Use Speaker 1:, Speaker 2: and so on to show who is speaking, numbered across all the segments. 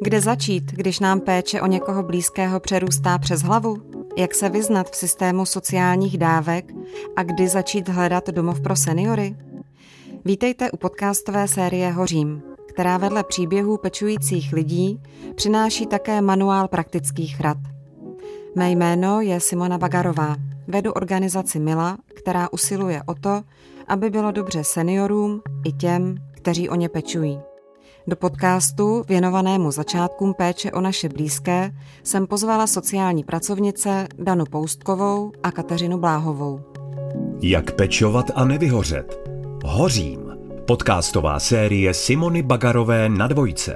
Speaker 1: Kde začít, když nám péče o někoho blízkého přerůstá přes hlavu? Jak se vyznat v systému sociálních dávek a kdy začít hledat domov pro seniory? Vítejte u podcastové série Hořím, která vedle příběhů pečujících lidí přináší také manuál praktických rad. Mé jméno je Simona Bagarová. Vedu organizaci Mila, která usiluje o to, aby bylo dobře seniorům i těm, kteří o ně pečují. Do podcastu věnovanému začátkům péče o naše blízké jsem pozvala sociální pracovnice Danu Poustkovou a Kateřinu Bláhovou.
Speaker 2: Jak pečovat a nevyhořet? Hořím. Podcastová série Simony Bagarové na Dvojce.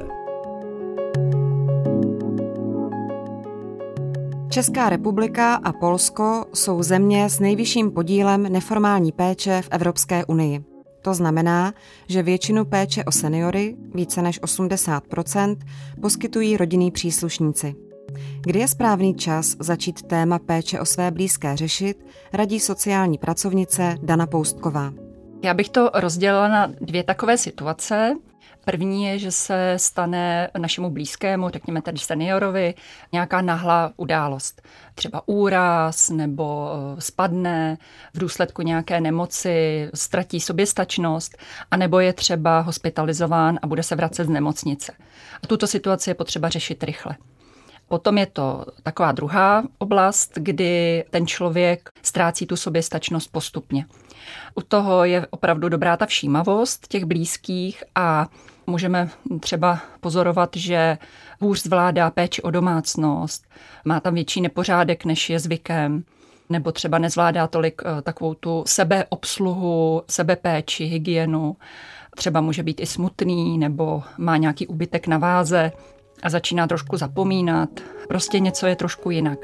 Speaker 1: Česká republika a Polsko jsou země s nejvyšším podílem neformální péče v Evropské unii. To znamená, že většinu péče o seniory, více než 80%, poskytují rodinní příslušníci. Kdy je správný čas začít téma péče o své blízké řešit, radí sociální pracovnice Dana Poustková.
Speaker 3: Já bych to rozdělila na dvě takové situace. První je, že se stane našemu blízkému, řekněme tedy seniorovi, nějaká náhlá událost. Třeba úraz nebo spadne v důsledku nějaké nemoci, ztratí soběstačnost, anebo je třeba hospitalizován a bude se vracet z nemocnice. A tuto situaci je potřeba řešit rychle. Potom je to taková druhá oblast, kdy ten člověk ztrácí tu soběstačnost postupně. U toho je opravdu dobrá ta všímavost těch blízkých a můžeme třeba pozorovat, že hůř zvládá péči o domácnost, má tam větší nepořádek, než je zvykem, nebo třeba nezvládá tolik takovou tu sebeobsluhu, sebepéči, hygienu. Třeba může být i smutný, nebo má nějaký úbytek na váze a začíná trošku zapomínat. Prostě něco je trošku jinak.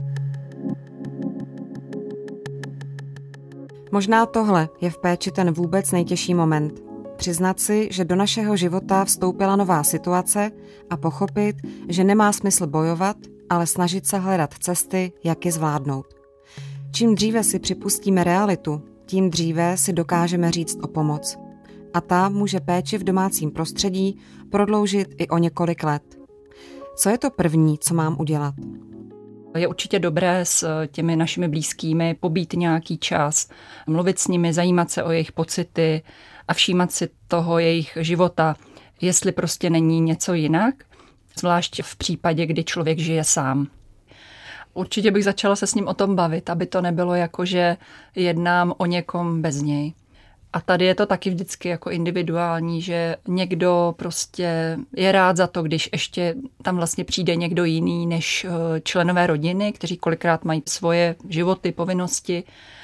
Speaker 1: Možná tohle je v péči ten vůbec nejtěžší moment. Přiznat si, že do našeho života vstoupila nová situace a pochopit, že nemá smysl bojovat, ale snažit se hledat cesty, jak ji zvládnout. Čím dříve si připustíme realitu, tím dříve si dokážeme říct o pomoc. A ta může péči v domácím prostředí prodloužit i o několik let. Co je to první, co mám udělat?
Speaker 3: Je určitě dobré s těmi našimi blízkými pobít nějaký čas, mluvit s nimi, zajímat se o jejich pocity a všímat si toho jejich života, jestli prostě není něco jinak, zvlášť v případě, kdy člověk žije sám. Určitě bych začala se s ním o tom bavit, aby to nebylo jako, že jednám o někom bez něj. A tady je to taky vždycky jako individuální, že někdo prostě je rád za to, když ještě tam vlastně přijde někdo jiný než členové rodiny, kteří kolikrát mají svoje životy, povinnosti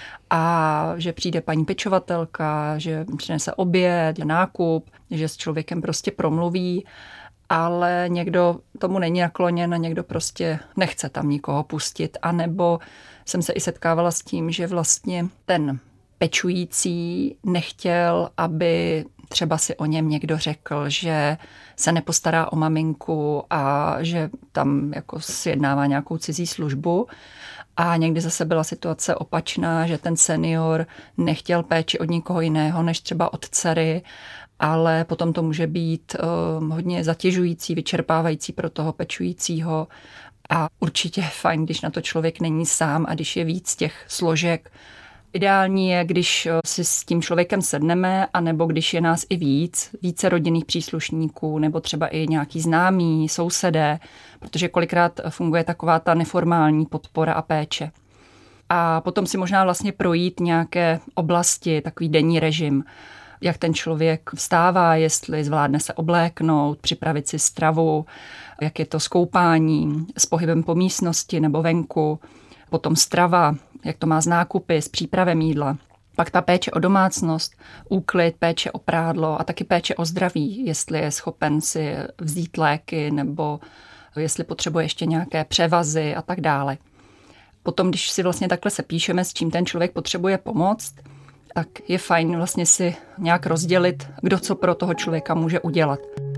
Speaker 3: a že přijde paní pečovatelka, že přinese oběd, nákup, že s člověkem prostě promluví, ale někdo tomu není nakloněn a někdo prostě nechce tam nikoho pustit. A nebo jsem se i setkávala s tím, že vlastně ten pečující nechtěl, aby třeba si o něm někdo řekl, že se nepostará o maminku a že tam jako sjednává nějakou cizí službu. A někdy zase byla situace opačná, že ten senior nechtěl péči od nikoho jiného, než třeba od dcery, ale potom to může být hodně zatěžující, vyčerpávající pro toho pečujícího. A určitě je fajn, když na to člověk není sám a když je víc těch složek. Ideální je, když si s tím člověkem sedneme, anebo když je nás i více rodinných příslušníků, nebo třeba i nějaký známí, sousedé, protože kolikrát funguje taková ta neformální podpora a péče. A potom si možná vlastně projít nějaké oblasti, takový denní režim, jak ten člověk vstává, jestli zvládne se obléknout, připravit si stravu, jak je to s koupáním, s pohybem po místnosti nebo venku, potom strava, jak to má s nákupy, s přípravem jídla. Pak ta péče o domácnost, úklid, péče o prádlo a taky péče o zdraví, jestli je schopen si vzít léky nebo jestli potřebuje ještě nějaké převazy a tak dále. Potom, když si vlastně takhle sepíšeme, s čím ten člověk potřebuje pomoct, tak je fajn vlastně si nějak rozdělit, kdo co pro toho člověka může udělat.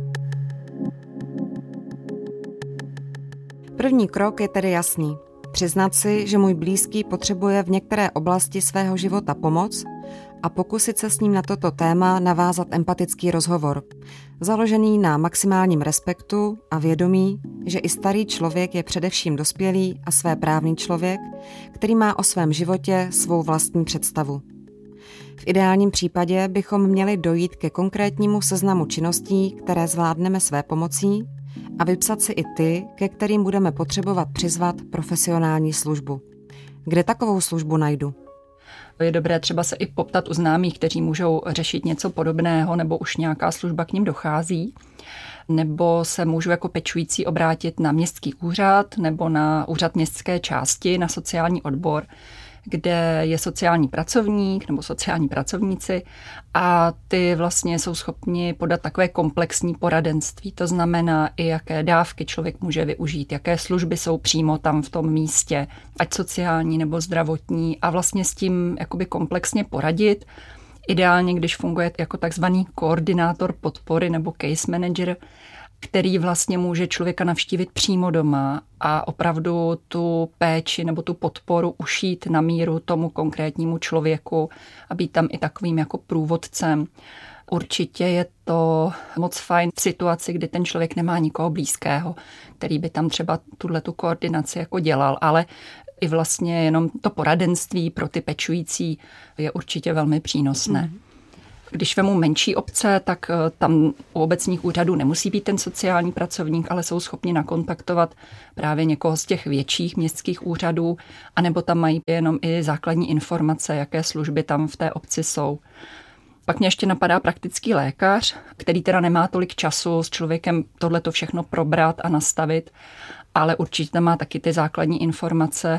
Speaker 1: První krok je tedy jasný. Přiznat si, že můj blízký potřebuje v některé oblasti svého života pomoc a pokusit se s ním na toto téma navázat empatický rozhovor, založený na maximálním respektu a vědomí, že i starý člověk je především dospělý a svéprávný člověk, který má o svém životě svou vlastní představu. V ideálním případě bychom měli dojít ke konkrétnímu seznamu činností, které zvládneme své pomocí, a vypsat si i ty, ke kterým budeme potřebovat přizvat profesionální službu. Kde takovou službu najdu?
Speaker 3: Je dobré třeba se i poptat u známých, kteří můžou řešit něco podobného, nebo už nějaká služba k ním dochází. Nebo se můžu jako pečující obrátit na městský úřad nebo na úřad městské části, na sociální odbor, kde je sociální pracovník nebo sociální pracovníci a ty vlastně jsou schopni podat takové komplexní poradenství. To znamená i jaké dávky člověk může využít, jaké služby jsou přímo tam v tom místě, ať sociální nebo zdravotní a vlastně s tím jakoby komplexně poradit. Ideálně, když funguje jako takzvaný koordinátor podpory nebo case manager, který vlastně může člověka navštívit přímo doma a opravdu tu péči nebo tu podporu ušít na míru tomu konkrétnímu člověku a být tam i takovým jako průvodcem. Určitě je to moc fajn v situaci, kdy ten člověk nemá nikoho blízkého, který by tam třeba tu koordinaci jako dělal, ale i vlastně jenom to poradenství pro ty pečující je určitě velmi přínosné. Když vemu menší obce, tak tam u obecních úřadů nemusí být ten sociální pracovník, ale jsou schopni nakontaktovat právě někoho z těch větších městských úřadů, anebo tam mají jenom i základní informace, jaké služby tam v té obci jsou. Pak mě ještě napadá praktický lékař, který teda nemá tolik času s člověkem tohleto všechno probrat a nastavit, ale určitě má taky ty základní informace.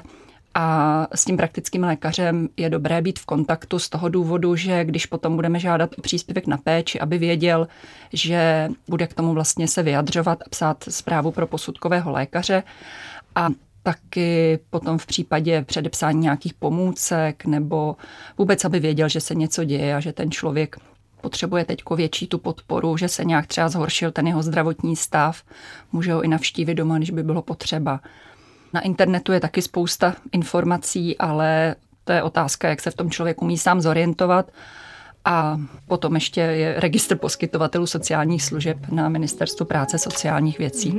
Speaker 3: A s tím praktickým lékařem je dobré být v kontaktu z toho důvodu, že když potom budeme žádat příspěvek na péči, aby věděl, že bude k tomu vlastně se vyjadřovat a psát zprávu pro posudkového lékaře a taky potom v případě předepsání nějakých pomůcek nebo vůbec, aby věděl, že se něco děje a že ten člověk potřebuje teďko větší tu podporu, že se nějak třeba zhoršil ten jeho zdravotní stav, může ho i navštívit doma, když by bylo potřeba. Na internetu je taky spousta informací, ale to je otázka, jak se v tom člověk umí sám zorientovat. A potom ještě je registr poskytovatelů sociálních služeb na Ministerstvu práce sociálních věcí.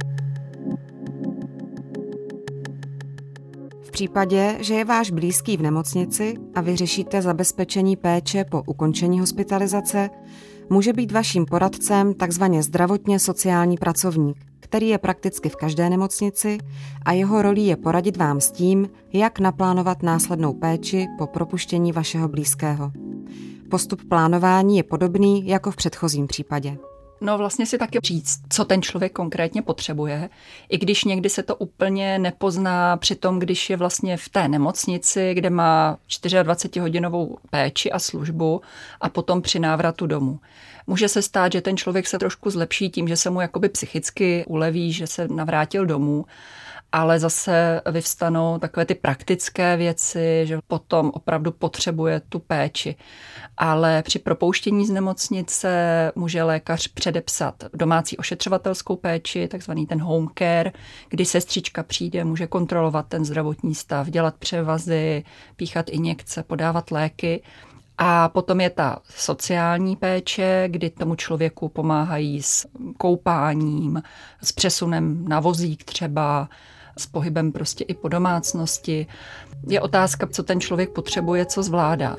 Speaker 1: V případě, že je váš blízký v nemocnici a vy řešíte zabezpečení péče po ukončení hospitalizace, může být vaším poradcem takzvaně zdravotně sociální pracovník, který je prakticky v každé nemocnici a jeho rolí je poradit vám s tím, jak naplánovat následnou péči po propuštění vašeho blízkého. Postup plánování je podobný jako v předchozím případě.
Speaker 3: No vlastně si taky říct, co ten člověk konkrétně potřebuje, i když někdy se to úplně nepozná při tom, když je vlastně v té nemocnici, kde má 24hodinovou péči a službu a potom při návratu domů. Může se stát, že ten člověk se trošku zlepší tím, že se mu jakoby psychicky uleví, že se navrátil domů, ale zase vyvstanou takové ty praktické věci, že potom opravdu potřebuje tu péči. Ale při propouštění z nemocnice může lékař předepsat domácí ošetřovatelskou péči, takzvaný ten home care, kdy sestřička přijde, může kontrolovat ten zdravotní stav, dělat převazy, píchat injekce, podávat léky. A potom je ta sociální péče, kdy tomu člověku pomáhají s koupáním, s přesunem na vozík třeba, s pohybem prostě i po domácnosti. Je otázka, co ten člověk potřebuje, co zvládá.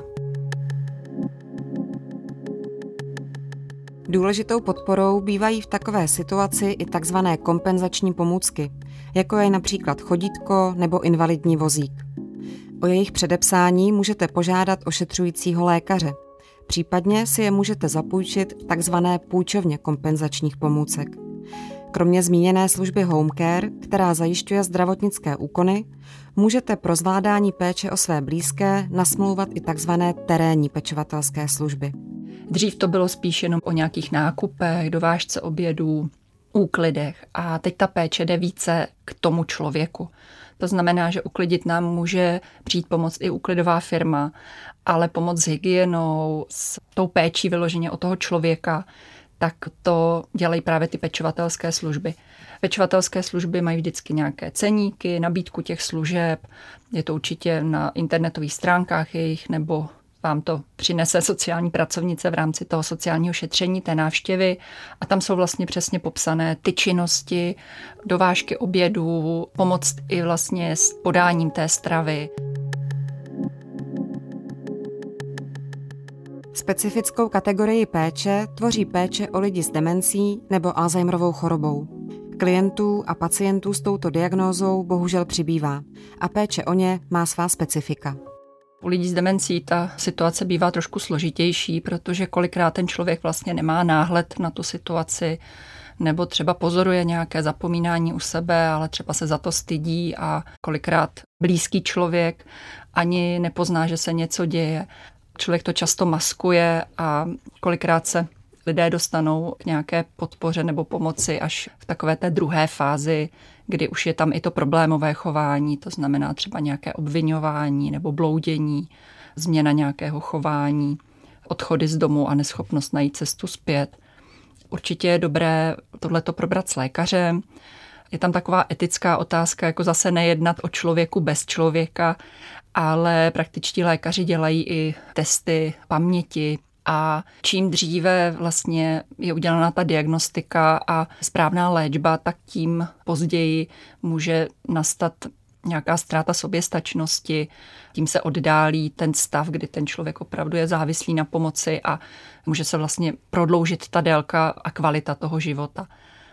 Speaker 1: Důležitou podporou bývají v takové situaci i takzvané kompenzační pomůcky, jako je například chodítko nebo invalidní vozík. O jejich předepsání můžete požádat ošetřujícího lékaře. Případně si je můžete zapůjčit v takzvané půjčovně kompenzačních pomůcek. Kromě zmíněné služby home care, která zajišťuje zdravotnické úkony, můžete pro zvládání péče o své blízké nasmlouvat i takzvané terénní pečovatelské služby.
Speaker 3: Dřív to bylo spíš jenom o nějakých nákupech, dovážce obědů, úklidech a teď ta péče jde více k tomu člověku. To znamená, že uklidit nám může přijít pomoct i úklidová firma, ale pomoc s hygienou, s tou péčí vyloženě o toho člověka, tak to dělají právě ty pečovatelské služby. Pečovatelské služby mají vždycky nějaké ceníky, nabídku těch služeb, je to určitě na internetových stránkách jejich nebo vám to přinese sociální pracovnice v rámci toho sociálního šetření, té návštěvy. A tam jsou vlastně přesně popsané ty činnosti, dovážky obědů, pomoc i vlastně s podáním té stravy.
Speaker 1: Specifickou kategorii péče tvoří péče o lidi s demencí nebo Alzheimerovou chorobou. Klientů a pacientů s touto diagnózou bohužel přibývá a péče o ně má svá specifika.
Speaker 3: U lidí s demencí ta situace bývá trošku složitější, protože kolikrát ten člověk vlastně nemá náhled na tu situaci, nebo třeba pozoruje nějaké zapomínání u sebe, ale třeba se za to stydí a kolikrát blízký člověk ani nepozná, že se něco děje. Člověk to často maskuje a kolikrát se lidé dostanou k nějaké podpoře nebo pomoci až v takové té druhé fázi, kdy už je tam i to problémové chování, to znamená třeba nějaké obviňování nebo bloudění, změna nějakého chování, odchody z domu a neschopnost najít cestu zpět. Určitě je dobré tohleto probrat s lékařem. Je tam taková etická otázka, jako zase nejednat o člověku bez člověka, ale praktičtí lékaři dělají i testy paměti a čím dříve vlastně je udělána ta diagnostika a správná léčba, tak tím později může nastat nějaká ztráta soběstačnosti, tím se oddálí ten stav, kdy ten člověk opravdu je závislý na pomoci a může se vlastně prodloužit ta délka a kvalita toho života.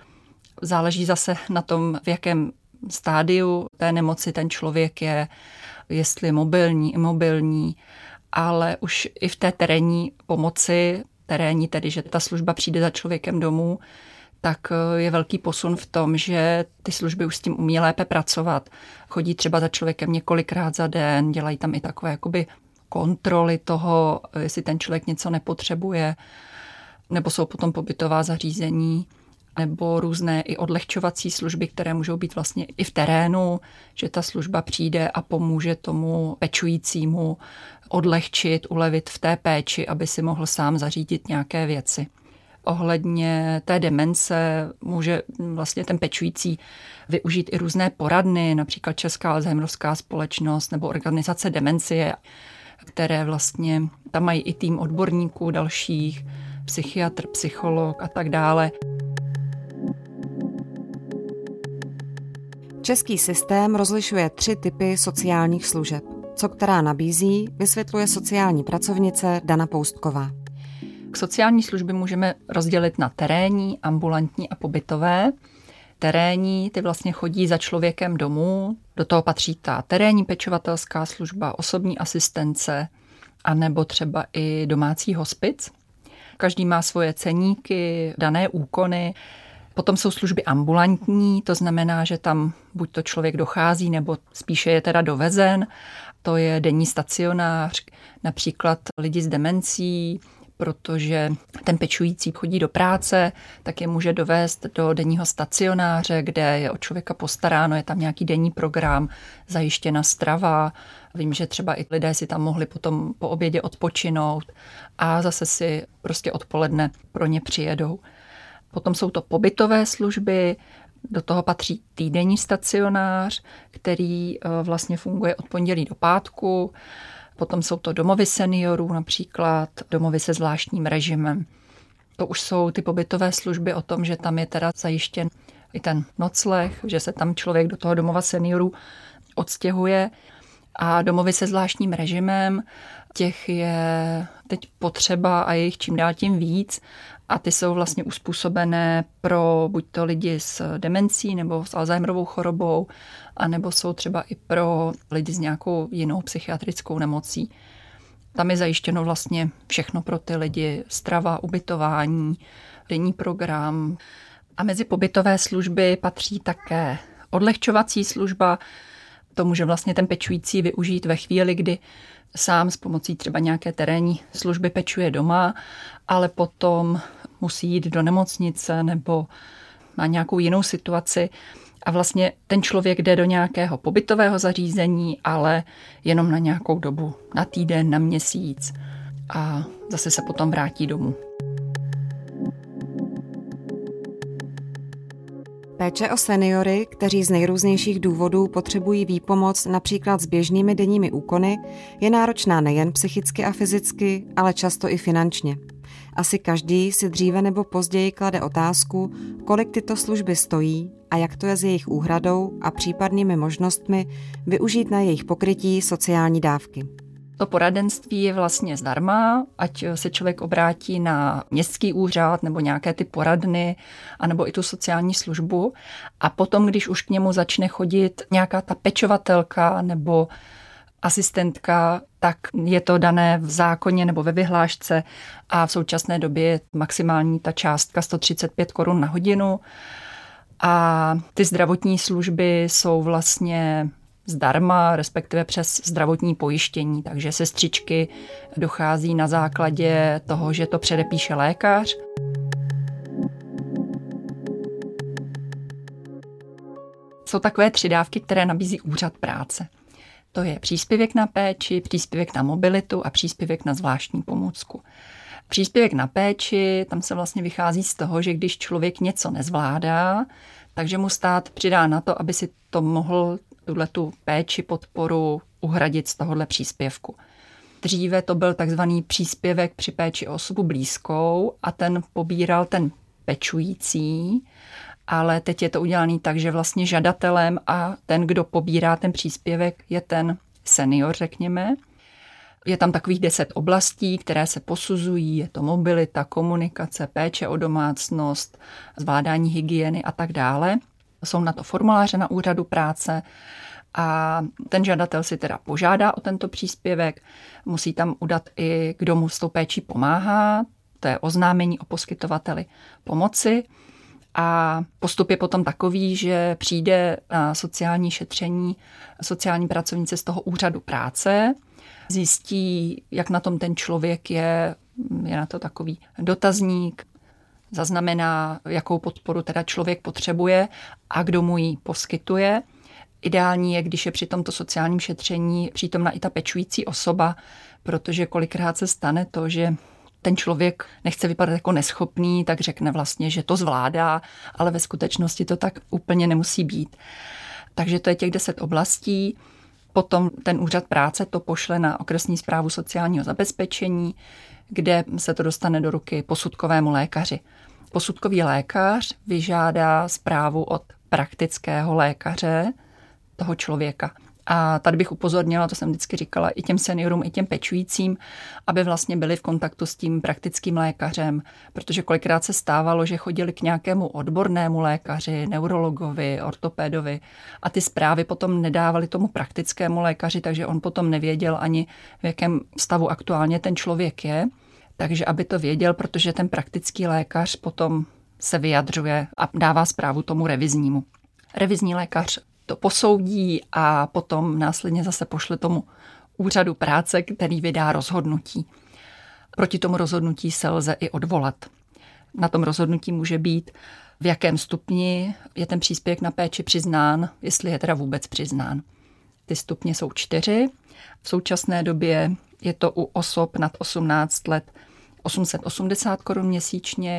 Speaker 3: Záleží zase na tom, v jakém stádiu té nemoci ten člověk je, jestli mobilní, imobilní, ale už i v té terénní pomoci, tedy, že ta služba přijde za člověkem domů, tak je velký posun v tom, že ty služby už s tím umí lépe pracovat. Chodí třeba za člověkem několikrát za den, dělají tam i takové jakoby kontroly toho, jestli ten člověk něco nepotřebuje, nebo jsou potom pobytová zařízení, nebo různé i odlehčovací služby, které můžou být vlastně i v terénu, že ta služba přijde a pomůže tomu pečujícímu odlehčit, ulevit v té péči, aby si mohl sám zařídit nějaké věci. Ohledně té demence může vlastně ten pečující využít i různé poradny, například Česká Alzheimerovská společnost nebo organizace demencie, které vlastně tam mají i tým odborníků dalších, psychiatr, psycholog a tak dále.
Speaker 1: Český systém rozlišuje 3 typy sociálních služeb. Co která nabízí, vysvětluje sociální pracovnice Dana Poustková.
Speaker 3: Sociální služby můžeme rozdělit na terénní, ambulantní a pobytové. Terénní, ty vlastně chodí za člověkem domů, do toho patří ta terénní pečovatelská služba, osobní asistence, anebo třeba i domácí hospic. Každý má svoje ceníky, dané úkony. Potom jsou služby ambulantní, to znamená, že tam buď to člověk dochází, nebo spíše je teda dovezen. To je denní stacionář, například lidi s demencí, protože ten pečující chodí do práce, tak je může dovést do denního stacionáře, kde je o člověka postaráno, je tam nějaký denní program, zajištěna strava. Vím, že třeba i lidé si tam mohli potom po obědě odpočinout a zase si prostě odpoledne pro ně přijedou. Potom jsou to pobytové služby, do toho patří týdenní stacionář, který vlastně funguje od pondělí do pátku. Potom jsou to domovy seniorů, například domovy se zvláštním režimem. To už jsou ty pobytové služby o tom, že tam je teda zajištěn i ten nocleh, že se tam člověk do toho domova seniorů odstěhuje. A domovy se zvláštním režimem, těch je teď potřeba a je jich čím dál tím víc. A ty jsou vlastně uspůsobené pro buď to lidi s demencí nebo s Alzheimerovou chorobou, anebo jsou třeba i pro lidi s nějakou jinou psychiatrickou nemocí. Tam je zajištěno vlastně všechno pro ty lidi, strava, ubytování, denní program. A mezi pobytové služby patří také odlehčovací služba. To může vlastně ten pečující využít ve chvíli, kdy sám s pomocí třeba nějaké terénní služby pečuje doma, ale potom musí jít do nemocnice nebo má nějakou jinou situaci a vlastně ten člověk jde do nějakého pobytového zařízení, ale jenom na nějakou dobu, na týden, na měsíc a zase se potom vrátí domů.
Speaker 1: Péče o seniory, kteří z nejrůznějších důvodů potřebují výpomoc například s běžnými denními úkony, je náročná nejen psychicky a fyzicky, ale často i finančně. Asi každý si dříve nebo později klade otázku, kolik tyto služby stojí a jak to je s jejich úhradou a případnými možnostmi využít na jejich pokrytí sociální dávky.
Speaker 3: To poradenství je vlastně zdarma, ať se člověk obrátí na městský úřad nebo nějaké ty poradny, anebo i tu sociální službu. A potom, když už k němu začne chodit nějaká ta pečovatelka nebo asistentka, tak je to dané v zákoně nebo ve vyhlášce a v současné době je maximální ta částka 135 korun na hodinu. A ty zdravotní služby jsou vlastně zdarma, respektive přes zdravotní pojištění, takže sestřičky dochází na základě toho, že to předepíše lékař. Jsou takové 3 dávky, které nabízí úřad práce. To je příspěvek na péči, příspěvek na mobilitu a příspěvek na zvláštní pomůcku. Příspěvek na péči, tam se vlastně vychází z toho, že když člověk něco nezvládá, takže mu stát přidá na to, aby si to mohl tu péči, podporu uhradit z tohohle příspěvku. Dříve to byl takzvaný příspěvek při péči o osobu blízkou a ten pobíral ten pečující, ale teď je to udělané tak, že vlastně žadatelem a ten, kdo pobírá ten příspěvek, je ten senior, řekněme. Je tam takových 10 oblastí, které se posuzují, je to mobilita, komunikace, péče o domácnost, zvládání hygieny a tak dále. Jsou na to formuláře na úřadu práce a ten žadatel si teda požádá o tento příspěvek, musí tam udat i, kdo mu s tou péčí pomáhá, to je oznámení o poskytovateli pomoci a postup je potom takový, že přijde na sociální šetření sociální pracovnice z toho úřadu práce, zjistí, jak na tom ten člověk je na to takový dotazník, zaznamená, jakou podporu teda člověk potřebuje a kdo mu ji poskytuje. Ideální je, když je při tomto sociálním šetření přítomna i ta pečující osoba, protože kolikrát se stane to, že ten člověk nechce vypadat jako neschopný, tak řekne vlastně, že to zvládá, ale ve skutečnosti to tak úplně nemusí být. Takže to je těch 10 oblastí. Potom ten úřad práce to pošle na okresní správu sociálního zabezpečení, kde se to dostane do ruky posudkovému lékaři. Posudkový lékař vyžádá zprávu od praktického lékaře toho člověka. A tady bych upozornila, to jsem vždycky říkala, i těm seniorům, i těm pečujícím, aby vlastně byli v kontaktu s tím praktickým lékařem, protože kolikrát se stávalo, že chodili k nějakému odbornému lékaři, neurologovi, ortopedovi a ty zprávy potom nedávali tomu praktickému lékaři, takže on potom nevěděl ani, v jakém stavu aktuálně ten člověk je. Takže aby to věděl, protože ten praktický lékař potom se vyjadřuje a dává zprávu tomu reviznímu. Revizní lékař to posoudí a potom následně zase pošle tomu úřadu práce, který vydá rozhodnutí. Proti tomu rozhodnutí se lze i odvolat. Na tom rozhodnutí může být, v jakém stupni je ten příspěvek na péči přiznán, jestli je teda vůbec přiznán. Ty stupně jsou 4. V současné době je to u osob nad 18 let 880 korun měsíčně,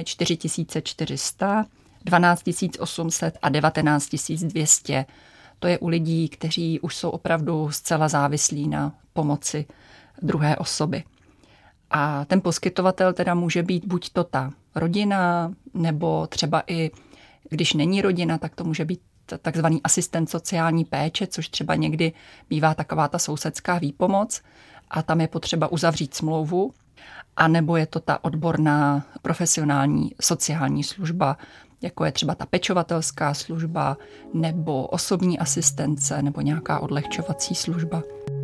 Speaker 3: 4400, 12 800 a 19 200. To je u lidí, kteří už jsou opravdu zcela závislí na pomoci druhé osoby. A ten poskytovatel teda může být buď to ta rodina, nebo třeba i, když není rodina, tak to může být takzvaný asistent sociální péče, což třeba někdy bývá taková ta sousedská výpomoc a tam je potřeba uzavřít smlouvu, a nebo je to ta odborná profesionální sociální služba, jako je třeba ta pečovatelská služba, nebo osobní asistence, nebo nějaká odlehčovací služba.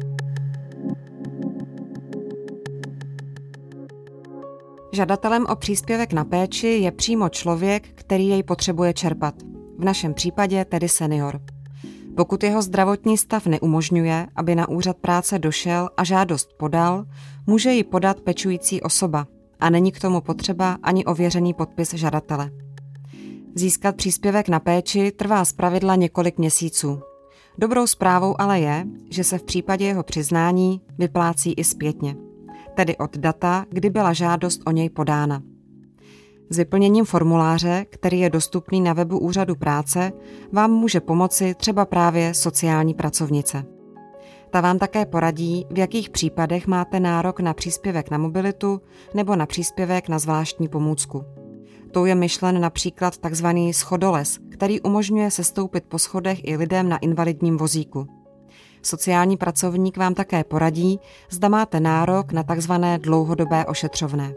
Speaker 1: Žadatelem o příspěvek na péči je přímo člověk, který jej potřebuje čerpat. V našem případě tedy senior. Pokud jeho zdravotní stav neumožňuje, aby na úřad práce došel a žádost podal, může ji podat pečující osoba a není k tomu potřeba ani ověřený podpis žadatele. Získat příspěvek na péči trvá zpravidla několik měsíců. Dobrou zprávou ale je, že se v případě jeho přiznání vyplácí i zpětně, tedy od data, kdy byla žádost o něj podána. S vyplněním formuláře, který je dostupný na webu Úřadu práce, vám může pomoci třeba právě sociální pracovnice. Ta vám také poradí, v jakých případech máte nárok na příspěvek na mobilitu nebo na příspěvek na zvláštní pomůcku. Tou je myšlen například tzv. Schodoles, který umožňuje sestoupit po schodech i lidem na invalidním vozíku. Sociální pracovník vám také poradí, zda máte nárok na tzv. Dlouhodobé ošetřovné.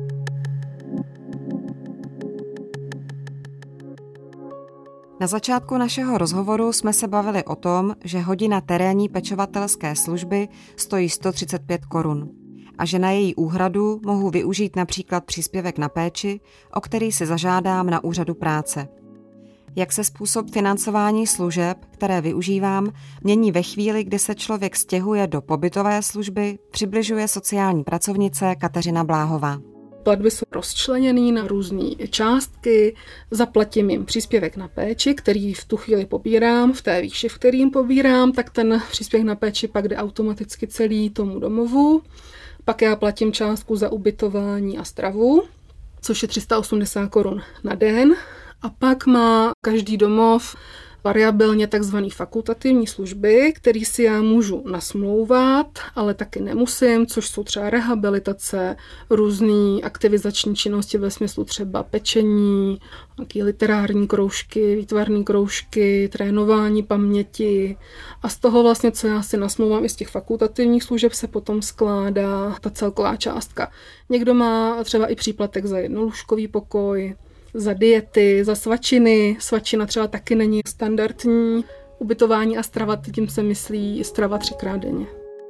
Speaker 1: Na začátku našeho rozhovoru jsme se bavili o tom, že hodina terénní pečovatelské služby stojí 135 korun a že na její úhradu mohu využít například příspěvek na péči, o který si zažádám na Úřadu práce. Jak se způsob financování služeb, které využívám, mění ve chvíli, kdy se člověk stěhuje do pobytové služby, přibližuje sociální pracovnice Kateřina Bláhová.
Speaker 4: Platby jsou rozčleněny na různé částky, zaplatím jim příspěvek na péči, který v tu chvíli pobírám, v té výši, v kterým pobírám, tak ten příspěvek na péči pak jde automaticky celý tomu domovu. Pak já platím částku za ubytování a stravu, což je 380 korun na den. A pak má každý domov variabilně takzvané fakultativní služby, které si já můžu nasmlouvat, ale taky nemusím, což jsou třeba rehabilitace, různé aktivizační činnosti ve smyslu třeba pečení, nějaké literární kroužky, výtvarné kroužky, trénování paměti. A z toho vlastně, co já si nasmlouvám i z těch fakultativních služeb, se potom skládá ta celková částka. Někdo má třeba i příplatek za jednolůžkový pokoj, za diety, za svačiny. Svačina třeba taky není standardní. Ubytování a strava, tím se myslí strava 3krát denně.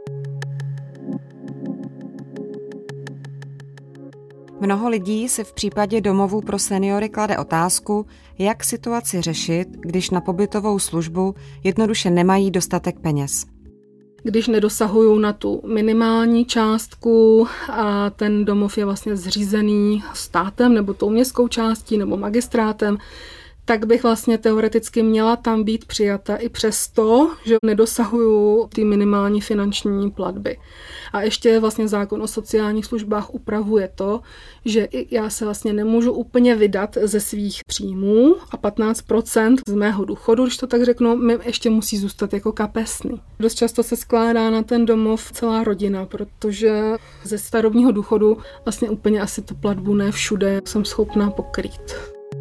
Speaker 1: Mnoho lidí si v případě domovů pro seniory klade otázku, jak situaci řešit, když na pobytovou službu jednoduše nemají dostatek peněz.
Speaker 4: Když nedosahují na tu minimální částku a ten domov je vlastně zřízený státem nebo tou městskou částí nebo magistrátem, tak bych vlastně teoreticky měla tam být přijata i přesto, že nedosahuju ty minimální finanční platby. A ještě vlastně zákon o sociálních službách upravuje to, že já se vlastně nemůžu úplně vydat ze svých příjmů a 15% z mého důchodu, když to tak řeknu, mi ještě musí zůstat jako kapesný. Dost často se skládá na ten domov celá rodina, protože ze starobního důchodu vlastně úplně asi tu platbu ne všude jsem schopná pokrýt.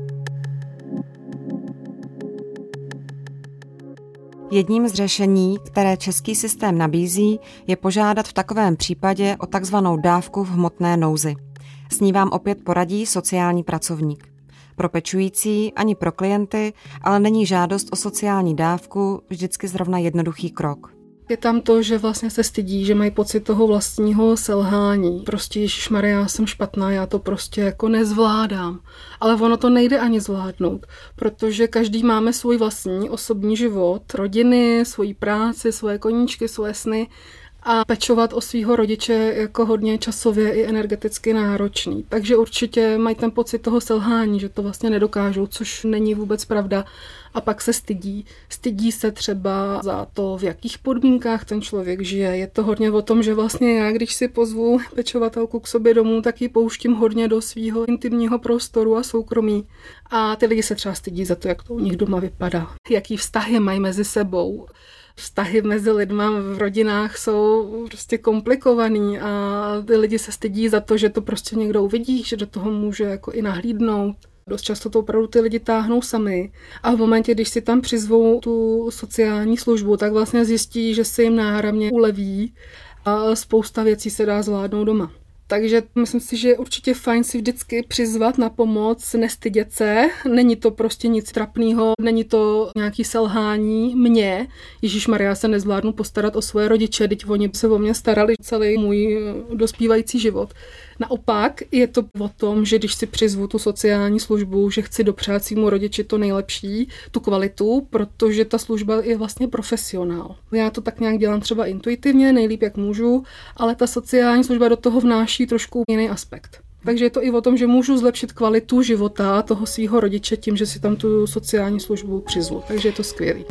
Speaker 1: Jedním z řešení, které český systém nabízí, je požádat v takovém případě o takzvanou dávku v hmotné nouzi. S ní vám opět poradí sociální pracovník. Pro pečující ani pro klienty, ale není žádost o sociální dávku vždycky zrovna jednoduchý krok.
Speaker 4: Je tam to, že vlastně se stydí, že mají pocit toho vlastního selhání. Prostě ježišmarja, já jsem špatná, já to prostě jako nezvládám. Ale ono to nejde ani zvládnout, protože každý máme svůj vlastní osobní život, rodiny, svoji práci, svoje koníčky, svoje sny. A pečovat o svého rodiče je jako hodně časově i energeticky náročný. Takže určitě mají ten pocit toho selhání, že to vlastně nedokážou, což není vůbec pravda. A pak se stydí. Stydí se třeba za to, v jakých podmínkách ten člověk žije. Je to hodně o tom, že vlastně já, když si pozvu pečovatelku k sobě domů, tak ji pouštím hodně do svého intimního prostoru a soukromí. A ty lidi se třeba stydí za to, jak to u nich doma vypadá. Jaký vztahy mají mezi sebou. Vztahy mezi lidma v rodinách jsou prostě komplikovaný a ty lidi se stydí za to, že to prostě někdo uvidí, že do toho může jako i nahlídnout. Dost často to opravdu ty lidi táhnou sami a v momentě, když si tam přizvou tu sociální službu, tak vlastně zjistí, že se jim náramně uleví a spousta věcí se dá zvládnout doma. Takže myslím si, že je určitě fajn si vždycky přizvat na pomoc, nestydět se. Není to prostě nic trapného, není to nějaký selhání mě. Ježišmarja, já se nezvládnu postarat o svoje rodiče, teď oni se o mě starali celý můj dospívající život. Naopak je to o tom, že když si přizvu tu sociální službu, že chci dopřát svýmu rodiči to nejlepší, tu kvalitu, protože ta služba je vlastně profesionál. Já to tak nějak dělám třeba intuitivně, nejlíp jak můžu, ale ta sociální služba do toho vnáší trošku jiný aspekt. Takže je to i o tom, že můžu zlepšit kvalitu života toho svého rodiče tím, že si tam tu sociální službu přizvu. Takže je to skvělý.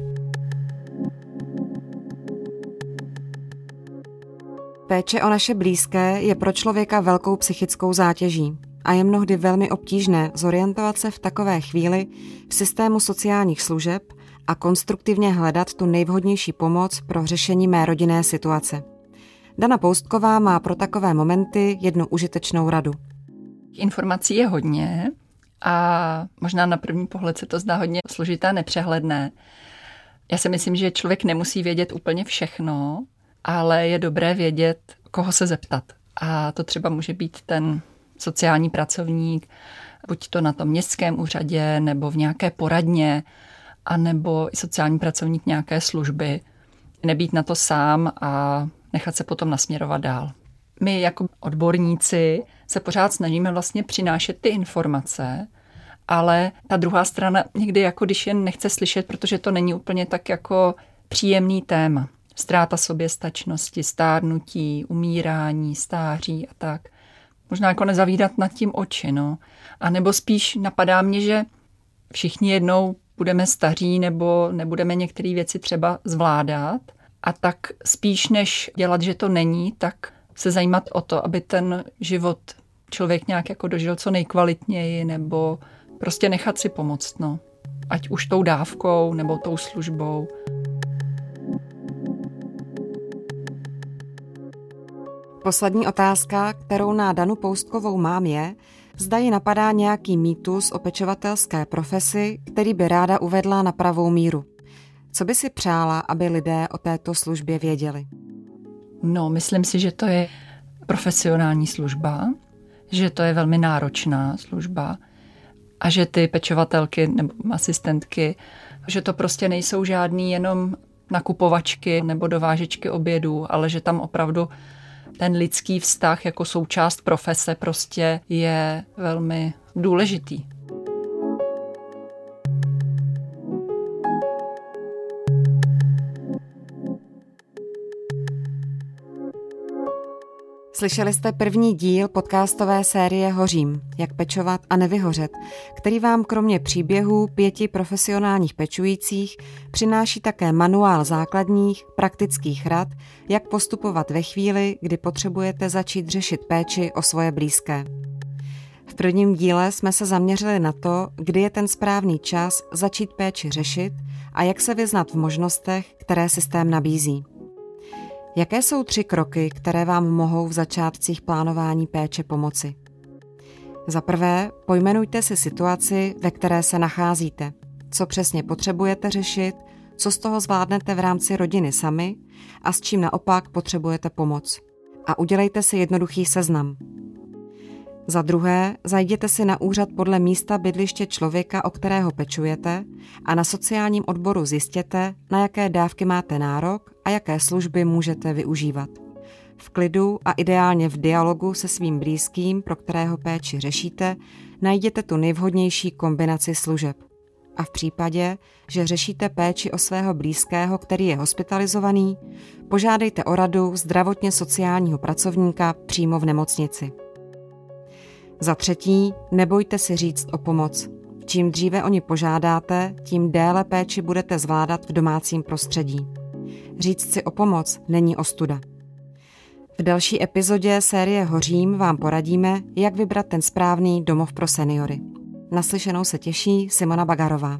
Speaker 1: Péče o naše blízké je pro člověka velkou psychickou zátěží. a je mnohdy velmi obtížné zorientovat se v takové chvíli v systému sociálních služeb a konstruktivně hledat tu nejvhodnější pomoc pro řešení mé rodinné situace. Dana Poustková má pro takové momenty jednu užitečnou radu.
Speaker 3: Informací je hodně a možná na první pohled se to zdá hodně složité, nepřehledné. Já si myslím, že člověk nemusí vědět úplně všechno, ale je dobré vědět, koho se zeptat. A to třeba může být ten sociální pracovník, buď to na tom městském úřadě, nebo v nějaké poradně, anebo i sociální pracovník nějaké služby. Nebýt na to sám a nechat se potom nasměrovat dál. My jako odborníci se pořád snažíme vlastně přinášet ty informace, ale ta druhá strana někdy jako když jen nechce slyšet, protože to není úplně tak jako příjemný téma. Ztráta soběstačnosti, stárnutí, umírání, stáří a tak. Možná jako nezavídat nad tím oči, no. A nebo spíš napadá mě, že všichni jednou budeme staří nebo nebudeme některé věci třeba zvládat a tak spíš než dělat, že to není, tak se zajímat o to, aby ten život člověk nějak jako dožil co nejkvalitněji nebo prostě nechat si pomoct, no. Ať už tou dávkou nebo tou službou.
Speaker 1: Poslední otázka, kterou na Danu Poustkovou mám, je, zda ji napadá nějaký mýtus o pečovatelské profesi, který by ráda uvedla na pravou míru. Co by si přála, aby lidé o této službě věděli?
Speaker 3: No, myslím si, že to je profesionální služba, že to je velmi náročná služba a že ty pečovatelky nebo asistentky, že to prostě nejsou žádný jenom nakupovačky nebo dovážečky obědů, ale že tam opravdu ten lidský vztah jako součást profese prostě je velmi důležitý.
Speaker 1: Slyšeli jste první díl podcastové série Hořím, jak pečovat a nevyhořet, který vám kromě příběhů 5 profesionálních pečujících přináší také manuál základních, praktických rad, jak postupovat ve chvíli, kdy potřebujete začít řešit péči o svoje blízké. V prvním díle jsme se zaměřili na to, kdy je ten správný čas začít péči řešit a jak se vyznat v možnostech, které systém nabízí. Jaké jsou 3 kroky, které vám mohou v začátcích plánování péče pomoci? Za prvé, pojmenujte si situaci, ve které se nacházíte, co přesně potřebujete řešit, co z toho zvládnete v rámci rodiny sami a s čím naopak potřebujete pomoc. A udělejte si jednoduchý seznam. Za druhé, zajděte si na úřad podle místa bydliště člověka, o kterého pečujete, a na sociálním odboru zjistěte, na jaké dávky máte nárok a jaké služby můžete využívat. V klidu a ideálně v dialogu se svým blízkým, pro kterého péči řešíte, najděte tu nejvhodnější kombinaci služeb. A v případě, že řešíte péči o svého blízkého, který je hospitalizovaný, požádejte o radu zdravotně sociálního pracovníka přímo v nemocnici. Za třetí, nebojte si říct o pomoc. Čím dříve o ni požádáte, tím déle péči budete zvládat v domácím prostředí. Říct si o pomoc není ostuda. V další epizodě série Hořím vám poradíme, jak vybrat ten správný domov pro seniory. Naslyšenou se těší Simona Bagarová.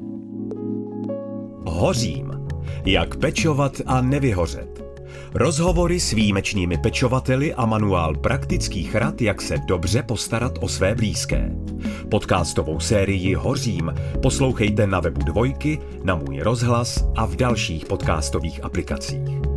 Speaker 2: Hořím. Jak pečovat a nevyhořet. Rozhovory s výjimečnými pečovateli a manuál praktických rad, jak se dobře postarat o své blízké. Podcastovou sérii Hořím poslouchejte na webu Dvojky, na Můj rozhlas a v dalších podcastových aplikacích.